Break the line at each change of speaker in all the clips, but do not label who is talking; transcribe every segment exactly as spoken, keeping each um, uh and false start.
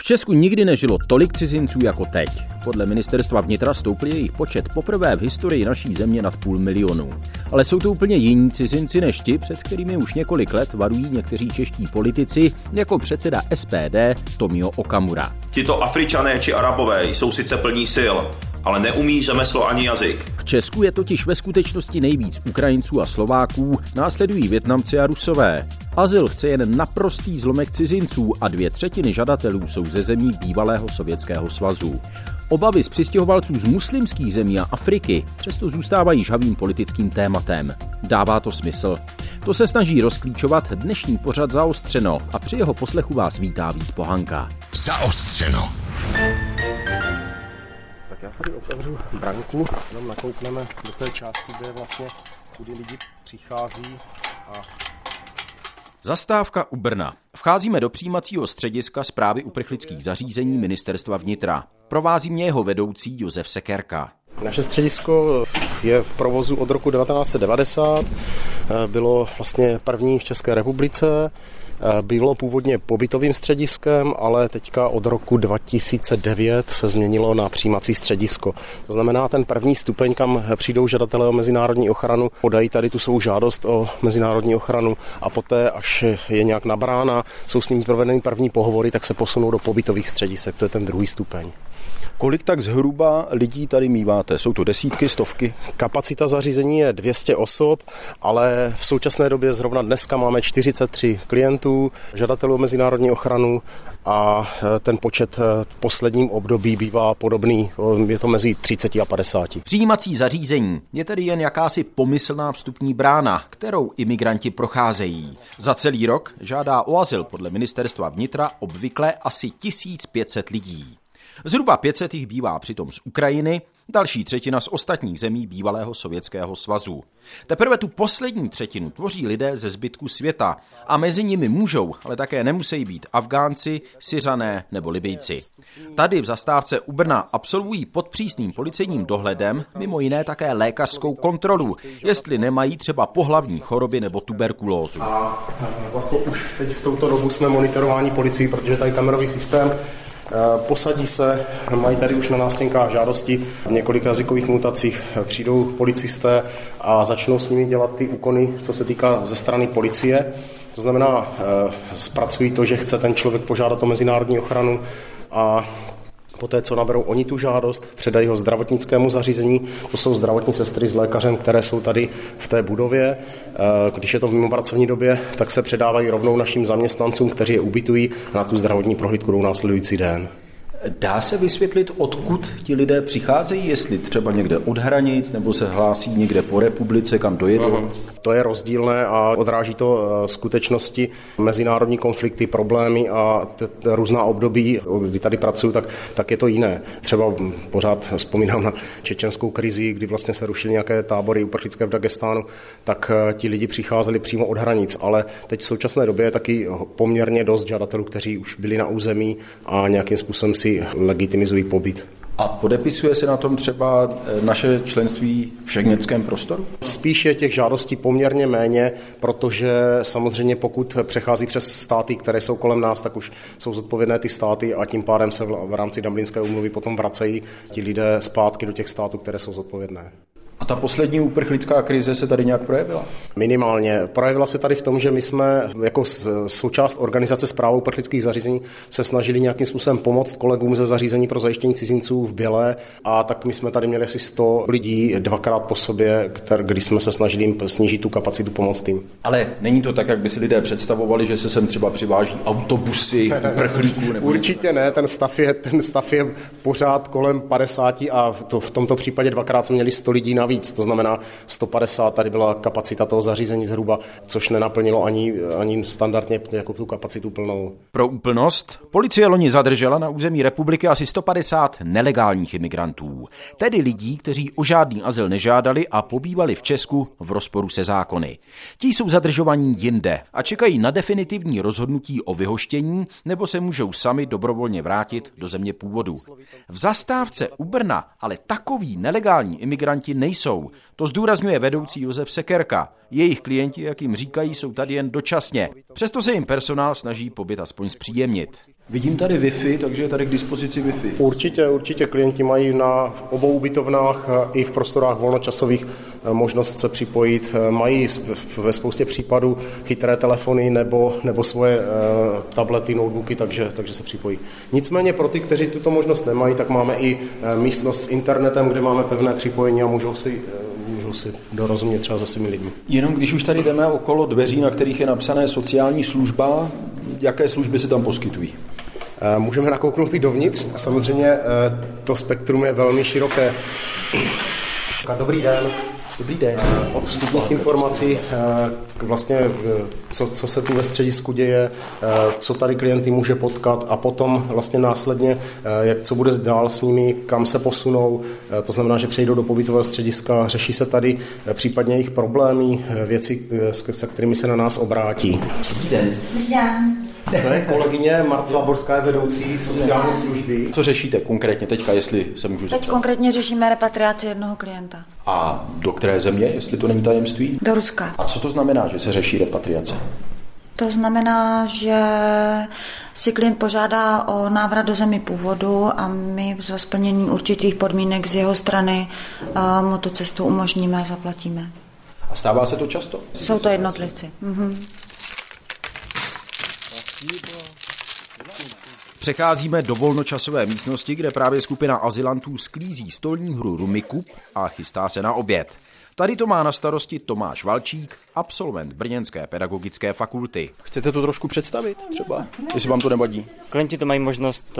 V Česku nikdy nežilo tolik cizinců jako teď. Podle ministerstva vnitra stoupl jejich počet poprvé v historii naší země nad půl milionu. Ale jsou to úplně jiní cizinci než ti, před kterými už několik let varují někteří čeští politici, jako předseda S P D Tomio Okamura.
Tito Afričané či Arabové jsou sice plní sil, ale neumí řemeslo ani jazyk.
V Česku je totiž ve skutečnosti nejvíc Ukrajinců a Slováků, následují Vietnamci a Rusové. Azyl chce jen naprostý zlomek cizinců a dvě třetiny žadatelů jsou ze zemí bývalého Sovětského svazu. Obavy z přistěhovalců z muslimských zemí a Afriky přesto zůstávají žhavým politickým tématem. Dává to smysl? To se snaží rozklíčovat dnešní pořad Zaostřeno a při jeho poslechu vás vítá Vít Pohanka.
Zaostřeno.
Tak já tady otevřu branku, jenom nakoukneme do té části, kde vlastně kudy lidi přichází a...
Zastávka u Brna. Vcházíme do přijímacího střediska Správy uprchlických zařízení Ministerstva vnitra. Provází mě jeho vedoucí Josef Sekerka.
Naše středisko je v provozu od roku devatenáct set devadesát, bylo vlastně první v České republice, bylo původně pobytovým střediskem, ale teďka od roku dva tisíce devět se změnilo na přijímací středisko. To znamená, ten první stupeň, kam přijdou žadatelé o mezinárodní ochranu, podají tady tu svou žádost o mezinárodní ochranu a poté, až je nějak nabrána, jsou s nimi provedeny první pohovory, tak se posunou do pobytových středisek. To je ten druhý stupeň.
Kolik tak zhruba lidí tady míváte? Jsou to desítky, stovky?
Kapacita zařízení je dvě stě osob, ale v současné době zrovna dneska máme čtyřicet tři klientů, žadatelů o mezinárodní ochranu a ten počet v posledním období bývá podobný, je to mezi třicet a padesáti.
Přijímací zařízení je tedy jen jakási pomyslná vstupní brána, kterou imigranti procházejí. Za celý rok žádá o azyl podle ministerstva vnitra obvykle asi tisíc pět set lidí. Zhruba pět set jich bývá přitom z Ukrajiny, další třetina z ostatních zemí bývalého Sovětského svazu. Teprve tu poslední třetinu tvoří lidé ze zbytku světa a mezi nimi můžou, ale také nemusí být Afgánci, Syřané nebo Libyjci. Tady v zastávce u Brna absolvují pod přísným policejním dohledem mimo jiné také lékařskou kontrolu, jestli nemají třeba pohlavní choroby nebo tuberkulózu.
A vlastně už teď v touto dobu jsme monitorováni policií, protože tady kamerový systém. Posadí se, mají tady už na nástěnkách žádosti v několika jazykových mutacích, přijdou policisté a začnou s nimi dělat ty úkony, co se týká ze strany policie. To znamená, zpracují to, že chce ten člověk požádat o mezinárodní ochranu a poté, co naberou oni tu žádost, předají ho zdravotnickému zařízení. To jsou zdravotní sestry s lékařem, které jsou tady v té budově. Když je to v mimopracovní době, tak se předávají rovnou našim zaměstnancům, kteří je ubytují na tu zdravotní prohlídku jdou následující den.
Dá se vysvětlit, odkud ti lidé přicházejí, jestli třeba někde od hranic, nebo se hlásí někde po republice, kam dojedou?
Aha. To je rozdílné a odráží to skutečnosti, mezinárodní konflikty, problémy a t- t- různá období, kdy tady pracuju, tak, tak je to jiné. Třeba pořád vzpomínám na čečenskou krizi, kdy vlastně se rušily nějaké tábory uprchlické v Dagestánu, tak ti lidi přicházeli přímo od hranic, ale teď v současné době je taky poměrně dost žadatelů, kteří už byli na území a nějakým způsobem si legitimizují pobyt.
A podepisuje se na tom třeba naše členství v schengenském prostoru?
Spíš je těch žádostí poměrně méně, protože samozřejmě pokud přechází přes státy, které jsou kolem nás, tak už jsou zodpovědné ty státy a tím pádem se v rámci Dublinské úmluvy potom vracejí ti lidé zpátky do těch států, které jsou zodpovědné.
A ta poslední uprchlická krize se tady nějak projevila?
Minimálně. Projevila se tady v tom, že my jsme jako součást organizace Správy uprchlických zařízení se snažili nějakým způsobem pomoct kolegům ze zařízení pro zajištění cizinců v Bělé a tak my jsme tady měli asi sto lidí dvakrát po sobě, kter, kdy jsme se snažili jim snížit tu kapacitu pomoct jim.
Ale není to tak, jak by si lidé představovali, že se sem třeba přiváží autobusy uprchlíků? Nebo
Určitě ne, ten stav je, ten stav je pořád kolem padesáti a to, v tomto případě dvakrát jsme měli sto lidí navíc. To znamená sto padesát, tady byla kapacita toho zařízení zhruba, což nenaplnilo ani, ani standardně jako tu kapacitu plnou.
Pro úplnost, policie loni zadržela na území republiky asi sto padesát nelegálních imigrantů, tedy lidí, kteří o žádný azyl nežádali a pobývali v Česku v rozporu se zákony. Ti jsou zadržovaní jinde a čekají na definitivní rozhodnutí o vyhoštění nebo se můžou sami dobrovolně vrátit do země původu. V zastávce u Brna ale takoví nelegální imigranti nejsou. To zdůrazňuje vedoucí Josef Sekerka. Jejich klienti, jak jim říkají, jsou tady jen dočasně. Přesto se jim personál snaží pobyt aspoň zpříjemnit.
Vidím tady Wi-Fi, takže je tady k dispozici Wi-Fi.
Určitě, určitě klienti mají na obou ubytovnách i v prostorách volnočasových možnost se připojit. Mají ve spoustě případů chytré telefony nebo, nebo svoje tablety, notebooky, takže, takže se připojí. Nicméně pro ty, kteří tuto možnost nemají, tak máme i místnost s internetem, kde máme pevné připojení a můžou si můžou si dorozumět třeba se svými lidmi.
Jenom když už tady jdeme okolo dveří, na kterých je napsané sociální služba, jaké služby se tam poskytují?
Můžeme nakouknout i dovnitř. Samozřejmě to spektrum je velmi široké. Dobrý den.
Dobrý den.
Od vstupních informací, vlastně, co, co se tu ve středisku děje, co tady klienty může potkat a potom vlastně následně, jak, co bude dál s nimi, kam se posunou. To znamená, že přejdou do pobytového střediska, řeší se tady případně jejich problémy, věci, se kterými se na nás obrátí.
Dobrý den.
Dobrý den.
To je kolegyně Marcela Borská, je vedoucí sociální služby.
Co řešíte konkrétně teďka, jestli se můžu zeptat?
Teď konkrétně řešíme repatriaci jednoho klienta.
A do které země, jestli to není tajemství?
Do Ruska.
A co to znamená, že se řeší repatriace?
To znamená, že si klient požádá o návrat do zemi původu a my za splnění určitých podmínek z jeho strany mu tu cestu umožníme a zaplatíme.
A stává se to často?
Jsou to jednotlivci. Mhm.
Přecházíme do volnočasové místnosti, kde právě skupina azylantů sklízí stolní hru Rummikub a chystá se na oběd. Tady to má na starosti Tomáš Valčík, absolvent Brněnské pedagogické fakulty.
Chcete to trošku představit třeba, jestli vám to nevadí?
Klienti to mají možnost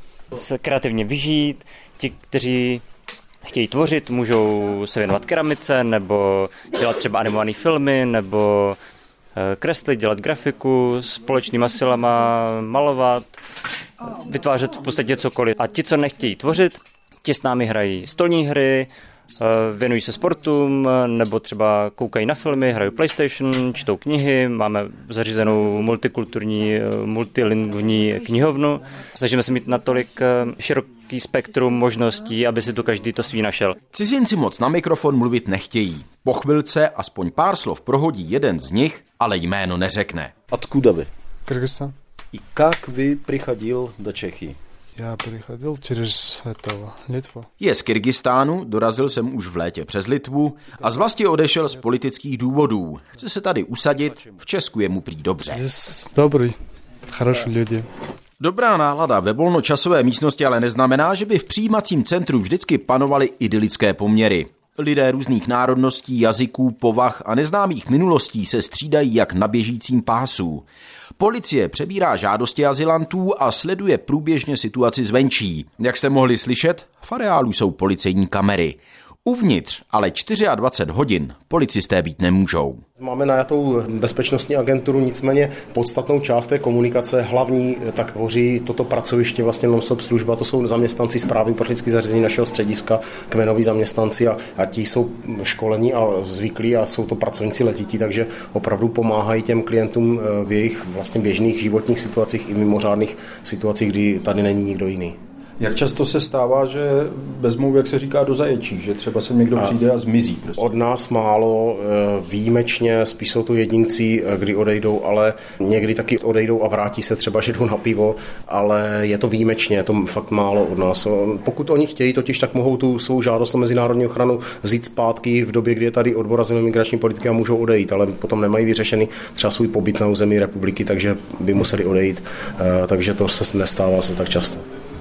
se kreativně vyžít, ti, kteří chtějí tvořit, můžou se věnovat keramice, nebo dělat třeba animované filmy, nebo kreslit, dělat grafiku, společnýma silama malovat, vytvářet v podstatě cokoliv. A ti, co nechtějí tvořit, ti s námi hrají stolní hry, věnují se sportům, nebo třeba koukají na filmy, hrají PlayStation, čtou knihy, máme zařízenou multikulturní, multilingvní knihovnu. Snažíme se mít natolik široký spektrum možností, aby si tu každý to svý našel.
Cizinci moc na mikrofon mluvit nechtějí. Po chvilce aspoň pár slov prohodí jeden z nich, ale jméno neřekne.
Odkud vy?
Kyrgyzstan.
I jak vy přichodil do Čechy?
Já přichodil přes этого, Litvu.
Je z Kyrgyzstánu, dorazil jsem už v létě přes Litvu a z vlasti odešel z politických důvodů. Chce se tady usadit, v Česku je mu prý dobře.
Здесь dobrý, хорошí lidi.
Dobrá nálada ve volnočasové místnosti ale neznamená, že by v přijímacím centru vždycky panovaly idylické poměry. Lidé různých národností, jazyků, povah a neznámých minulostí se střídají jak na běžícím pásu. Policie přebírá žádosti azylantů a sleduje průběžně situaci zvenčí. Jak jste mohli slyšet, v areálu jsou policejní kamery. Uvnitř ale dvacet čtyři hodin policisté být nemůžou.
Máme najatou bezpečnostní agenturu, nicméně podstatnou část té komunikace, hlavní, tak tvoří toto pracoviště, vlastně non-stop služba, to jsou zaměstnanci správy uprchlických zařízení našeho střediska, kmenoví zaměstnanci a, a ti jsou školení a zvyklí a jsou to pracovníci letití, takže opravdu pomáhají těm klientům v jejich vlastně běžných životních situacích i mimořádných situacích, kdy tady není nikdo jiný.
Jak často se stává, že vezmou, jak se říká, do zaječí, že třeba se někdo přijde a zmizí? Prostě.
Od nás málo, výjimečně, spíš jsou to jedinci, kdy odejdou, ale někdy taky odejdou a vrátí se třeba, že jdou na pivo, ale je to výjimečně, je to fakt málo od nás. Pokud oni chtějí, totiž tak mohou tu svou žádost o mezinárodní ochranu vzít zpátky v době, kdy je tady odbor azylové migrační politiky a můžou odejít, ale potom nemají vyřešený třeba svůj pobyt na území republiky, takže by museli odejít, takže to se nestává se tak často.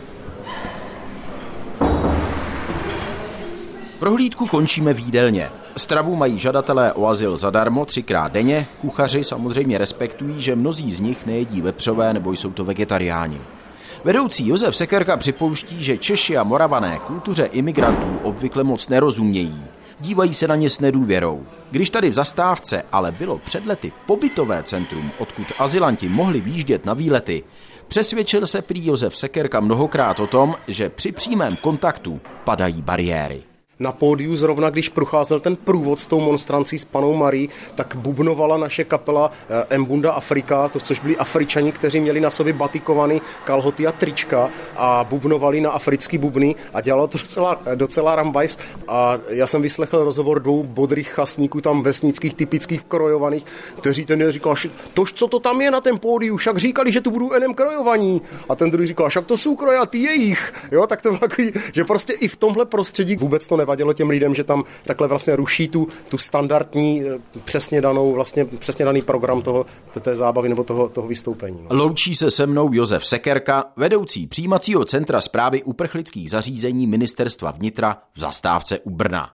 Prohlídku končíme v jídelně. Stravu mají žadatelé o azyl zadarmo třikrát denně, kuchaři samozřejmě respektují, že mnozí z nich nejedí vepřové nebo jsou to vegetariáni. Vedoucí Josef Sekerka připouští, že Češi a Moravané kultuře imigrantů obvykle moc nerozumějí. Dívají se na ně s nedůvěrou. Když tady v zastávce ale bylo před lety pobytové centrum, odkud azylanti mohli výjíždět na výlety, přesvědčil se prý Josef Sekerka mnohokrát o tom, že při přímém kontaktu padají bariéry.
Na pódiu zrovna, když procházel ten průvod s tou monstrancí s panou Marí, tak bubnovala naše kapela Mbunda Afrika, to což byli Afričani, kteří měli na sobě batikovaný kalhoty a trička a bubnovali na africký bubny a dělalo to docela, docela rambajs. A já jsem vyslechl rozhovor dvou bodrých chasníků tam vesnických, typických krojovaných, kteří ten říkal, tož co to tam je na ten pódiu, však říkali, že tu budou enem krojovaní. A ten druhý říkal, však to jsou krojatý jejich. Jo, tak to bylo takový, že prostě i v tomhle prostředí vůbec to nevadilo těm lidem, že tam takhle vlastně ruší tu, tu standardní, přesně danou, vlastně přesně daný program toho, té zábavy nebo toho, toho vystoupení. No.
Loučí se se mnou Josef Sekerka, vedoucí přijímacího centra správy uprchlických zařízení Ministerstva vnitra v Zastávce u Brna.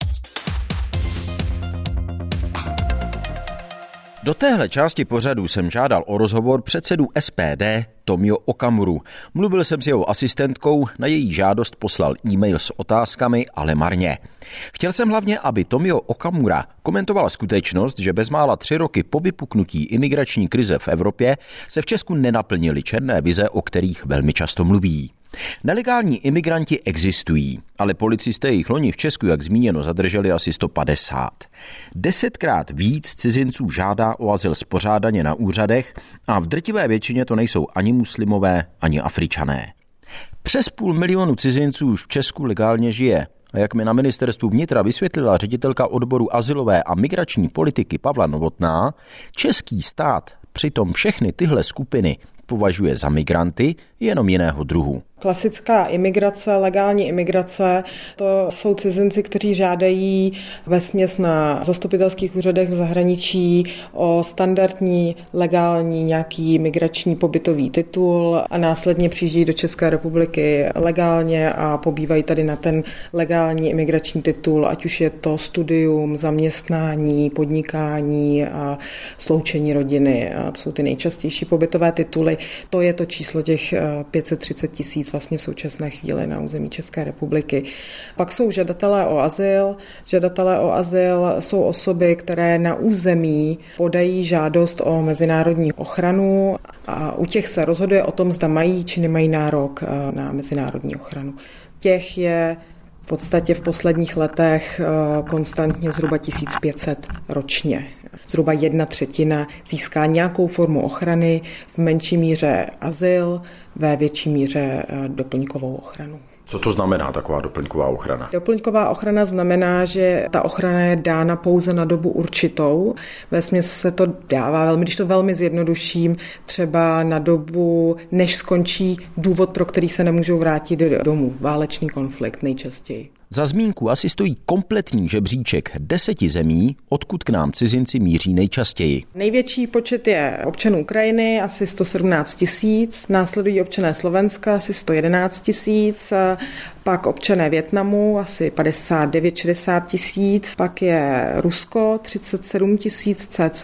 Do téhle části pořadu jsem žádal o rozhovor předsedu S P D Tomio Okamuru. Mluvil jsem s jeho asistentkou, na její žádost poslal e-mail s otázkami, ale marně. Chtěl jsem hlavně, aby Tomio Okamura komentoval skutečnost, že bezmála tři roky po vypuknutí imigrační krize v Evropě se v Česku nenaplnily černé vize, o kterých velmi často mluví. Nelegální imigranti existují, ale policisté jich loni v Česku, jak zmíněno, zadrželi asi sto padesát. Desetkrát víc cizinců žádá o azyl spořádaně na úřadech a v drtivé většině to nejsou ani muslimové, ani Afričané. Přes půl milionu cizinců už v Česku legálně žije. A jak mi na ministerstvu vnitra vysvětlila ředitelka odboru azylové a migrační politiky Pavla Novotná, český stát přitom všechny tyhle skupiny považuje za migranty jenom jiného druhu.
Klasická imigrace, legální imigrace, to jsou cizinci, kteří žádají vesměs na zastupitelských úřadech v zahraničí o standardní, legální nějaký migrační pobytový titul a následně přijíždějí do České republiky legálně a pobývají tady na ten legální imigrační titul, ať už je to studium, zaměstnání, podnikání a sloučení rodiny. A to jsou ty nejčastější pobytové tituly. To je to číslo těch pět set třicet tisíc vlastně v současné chvíli na území České republiky. Pak jsou žadatelé o azyl. Žadatelé o azyl jsou osoby, které na území podají žádost o mezinárodní ochranu a u těch se rozhoduje o tom, zda mají či nemají nárok na mezinárodní ochranu. Těch je v podstatě v posledních letech konstantně zhruba tisíc pět set ročně. Zhruba jedna třetina získá nějakou formu ochrany, v menší míře azyl, ve větší míře doplňkovou ochranu.
Co to znamená taková doplňková ochrana?
Doplňková ochrana znamená, že ta ochrana je dána pouze na dobu určitou. Vesměs se to dává, velmi, když to velmi zjednoduším, třeba na dobu, než skončí důvod, pro který se nemůžou vrátit domů. Válečný konflikt nejčastěji.
Za zmínku asi stojí kompletní žebříček deseti zemí, odkud k nám cizinci míří nejčastěji.
Největší počet je občanů Ukrajiny, asi sto sedmnáct tisíc, následují občané Slovenska, asi sto jedenáct tisíc, pak občané Vietnamu, asi padesát devět šedesát tisíc, pak je Rusko, třicet sedm tisíc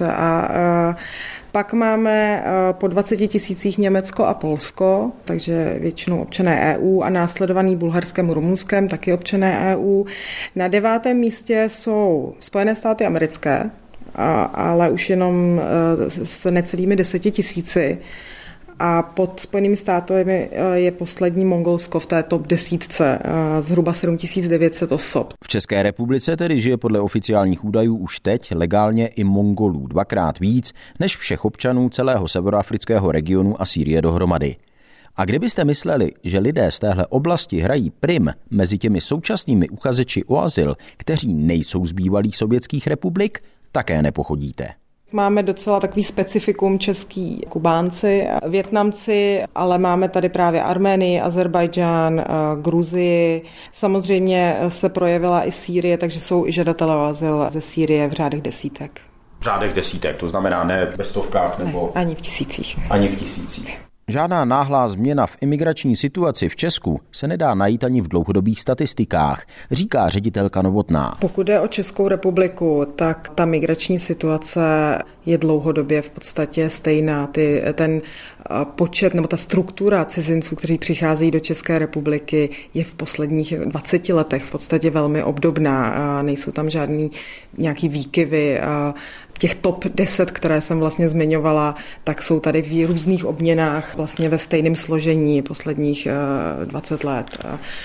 cca. Pak máme po dvaceti tisících Německo a Polsko, takže většinou občané E U a následovaný Bulharskem, Rumunskem, taky občané E U. Na devátém místě jsou Spojené státy americké, ale už jenom s necelými deseti tisíci. A pod Spojenými státy je poslední Mongolsko v té top desítce, zhruba sedm tisíc devět set osob.
V České republice tedy žije podle oficiálních údajů už teď legálně i Mongolů dvakrát víc než všech občanů celého severoafrického regionu a Sýrie dohromady. A kdybyste mysleli, že lidé z téhle oblasti hrají prim mezi těmi současnými uchazeči o azyl, kteří nejsou z bývalých sovětských republik, také nepochodíte.
Máme docela takový specifikum český Kubánci, Vietnamci, ale máme tady právě Arménii, Azerbajdžán, Gruzii. Samozřejmě se projevila i Sýrie, takže jsou i žadatelé o azyl ze Sýrie v řádech desítek.
V řádech desítek, to znamená ne ve stovkách nebo...
Ne, ani v tisících.
Ani v tisících. Žádná náhlá změna v imigrační situaci v Česku se nedá najít ani v dlouhodobých statistikách, říká ředitelka Novotná.
Pokud jde o Českou republiku, tak ta migrační situace je dlouhodobě v podstatě stejná. Ty, ten počet nebo ta struktura cizinců, kteří přicházejí do České republiky, je v posledních dvaceti letech v podstatě velmi obdobná. Nejsou tam žádný nějaký výkyvy. Těch top deset, které jsem vlastně zmiňovala, tak jsou tady v různých obměnách vlastně ve stejném složení posledních dvacet let.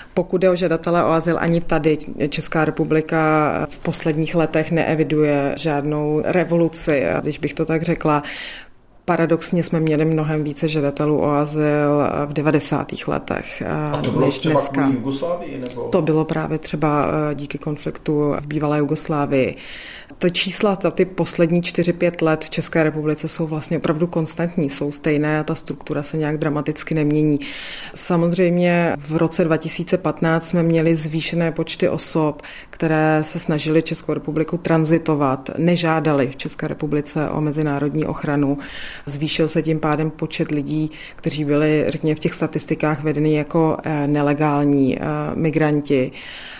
Pokud jde o žadatele o azyl, ani tady Česká republika v posledních letech neeviduje žádnou revoluci, když bych to tak řekla. Paradoxně jsme měli mnohem více žadatelů o azyl v devadesátých letech.
A to bylo
než
třeba
dneska.
kvůli Jugoslávii? Nebo?
To bylo právě třeba díky konfliktu v bývalé Jugoslávii. Ty čísla, ty poslední čtyři pět let v České republice jsou vlastně opravdu konstantní, jsou stejné a ta struktura se nějak dramaticky nemění. Samozřejmě v roce dva tisíce patnáct jsme měli zvýšené počty osob, které se snažily Českou republiku tranzitovat, nežádali v České republice o mezinárodní ochranu. Zvýšil se tím pádem počet lidí, kteří byli, řekněme, v těch statistikách vedeni jako nelegální migranti,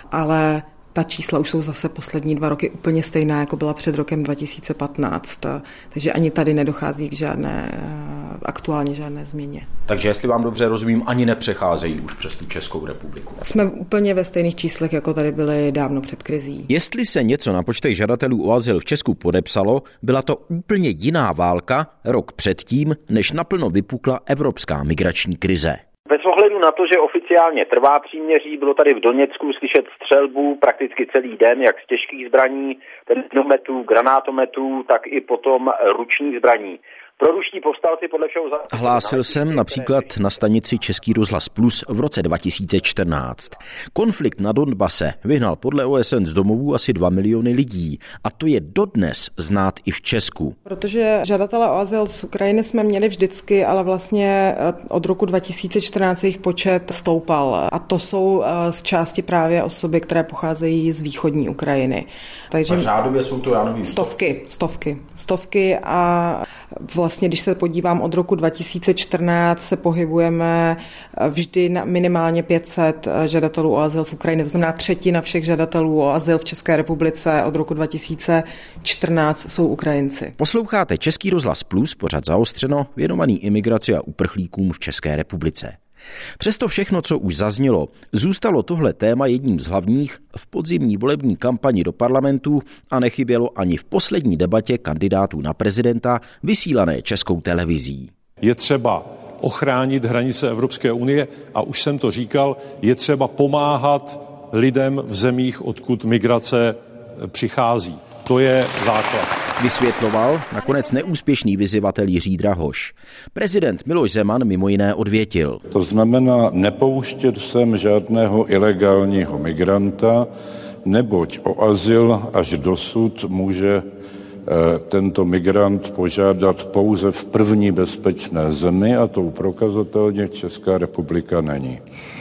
ale ta čísla už jsou zase poslední dva roky úplně stejná, jako byla před rokem dva tisíce patnáct. Takže ani tady nedochází k žádné, aktuálně žádné změně.
Takže jestli vám dobře rozumím, ani nepřecházejí už přes tu Českou republiku.
Jsme úplně ve stejných číslech, jako tady byly dávno před krizí.
Jestli se něco na počtech žadatelů o azyl v Česku podepsalo, byla to úplně jiná válka rok předtím, než naplno vypukla evropská migrační krize.
Bez ohledu na to, že oficiálně trvá příměří, bylo tady v Doněcku slyšet střelbu prakticky celý den, jak z těžkých zbraní, tedy pneumetů, granátometů, tak i potom ručních zbraní. Proruští povstalci podle všeho...
Hlásil jsem například na stanici Český rozhlas Plus v roce dva tisíce čtrnáct. Konflikt na Donbase vyhnal podle O S N z domovů asi dva miliony lidí a to je dodnes znát i v Česku.
Protože žadatele o azyl z Ukrajiny jsme měli vždycky, ale vlastně od roku dva tisíce čtrnáct jejich počet stoupal a to jsou z části právě osoby, které pocházejí z východní Ukrajiny.
Takže řádově jsou to, já nevím,
stovky, stovky, stovky a vlastně, když se podívám od roku dva tisíce čtrnáct, se pohybujeme vždy na minimálně pět set žadatelů o azyl z Ukrajiny. To znamená třetina všech žadatelů o azyl v České republice od roku dva tisíce čtrnáct jsou Ukrajinci.
Posloucháte Český rozhlas Plus, pořad Zaostřeno, věnovaný imigraci a uprchlíkům v České republice. Přesto všechno, co už zaznělo, zůstalo tohle téma jedním z hlavních v podzimní volební kampani do parlamentu a nechybělo ani v poslední debatě kandidátů na prezidenta vysílané Českou televizí.
Je třeba ochránit hranice Evropské unie a už jsem to říkal, je třeba pomáhat lidem v zemích, odkud migrace přichází. To je základ.
Vysvětloval nakonec neúspěšný vyzývatel Jiří Drahoš. Prezident Miloš Zeman mimo jiné odvětil.
To znamená nepouštět sem žádného ilegálního migranta, neboť o azyl až dosud může e, tento migrant požádat pouze v první bezpečné zemi a tou prokazatelně Česká republika není.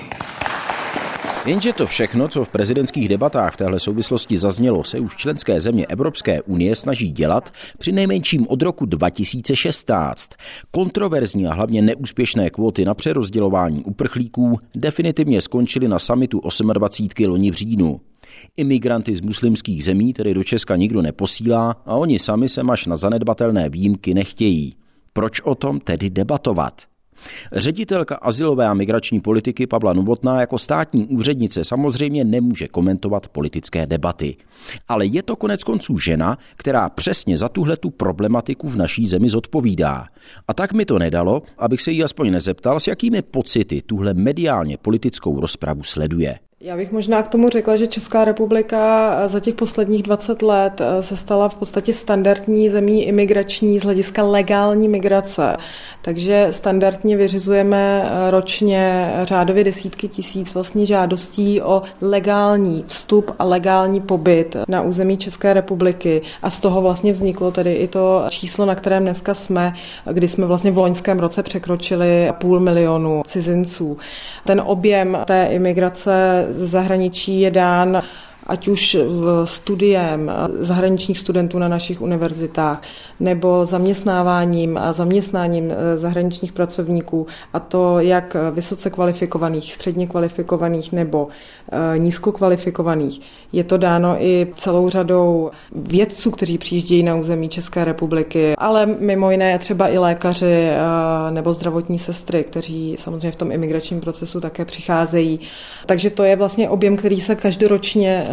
Jenže to všechno, co v prezidentských debatách v téhle souvislosti zaznělo, se už členské země Evropské unie snaží dělat přinejmenším od roku dva tisíce šestnáct. Kontroverzní a hlavně neúspěšné kvóty na přerozdělování uprchlíků definitivně skončily na summitu dvacítky osm loni v říjnu. Imigranty z muslimských zemí tedy do Česka nikdo neposílá a oni sami se až na zanedbatelné výjimky nechtějí. Proč o tom tedy debatovat? Ředitelka azylové a migrační politiky Pavla Novotná jako státní úřednice samozřejmě nemůže komentovat politické debaty. Ale je to konec konců žena, která přesně za tuhletu problematiku v naší zemi zodpovídá. A tak mi to nedalo, abych se jí aspoň nezeptal, s jakými pocity tuhle mediálně politickou rozpravu sleduje.
Já bych možná k tomu řekla, že Česká republika za těch posledních dvacet let se stala v podstatě standardní zemí imigrační z hlediska legální migrace. Takže standardně vyřizujeme ročně řádově desítky tisíc vlastně žádostí o legální vstup a legální pobyt na území České republiky. A z toho vlastně vzniklo tedy i to číslo, na kterém dneska jsme, kdy jsme vlastně v loňském roce překročili půl milionu cizinců. Ten objem té imigrace z zahraničí je dán ať už studiem zahraničních studentů na našich univerzitách nebo zaměstnáváním a zaměstnáním zahraničních pracovníků, a to jak vysoce kvalifikovaných, středně kvalifikovaných nebo nízkokvalifikovaných. Je to dáno i celou řadou vědců, kteří přijíždějí na území České republiky, ale mimo jiné třeba i lékaři nebo zdravotní sestry, kteří samozřejmě v tom imigračním procesu také přicházejí. Takže to je vlastně objem, který se každoročně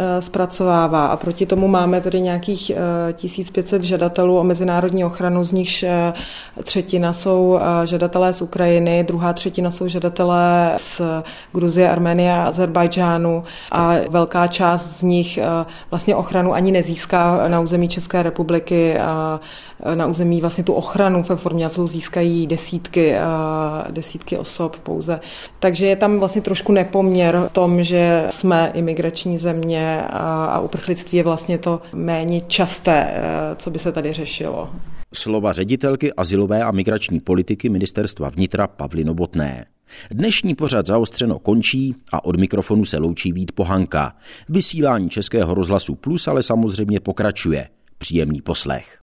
zpracovává a proti tomu máme tedy nějakých tisíc pět set žadatelů o mezinárodní ochranu, z nichž třetina jsou žadatelé z Ukrajiny, druhá třetina jsou žadatelé z Gruzie, Arménie a Azerbajdžánu a velká část z nich vlastně ochranu ani nezíská na území České republiky. Na území vlastně tu ochranu ve formě azylu získají desítky, desítky osob pouze. Takže je tam vlastně trošku nepoměr v tom, že jsme imigrační země a uprchlictví je vlastně to méně časté, co by se tady řešilo.
Slova ředitelky azylové a migrační politiky Ministerstva vnitra Pavly Novotné. Dnešní pořad Zaostřeno končí a od mikrofonu se loučí Vít Pohanka. Vysílání Českého rozhlasu Plus ale samozřejmě pokračuje. Příjemný poslech.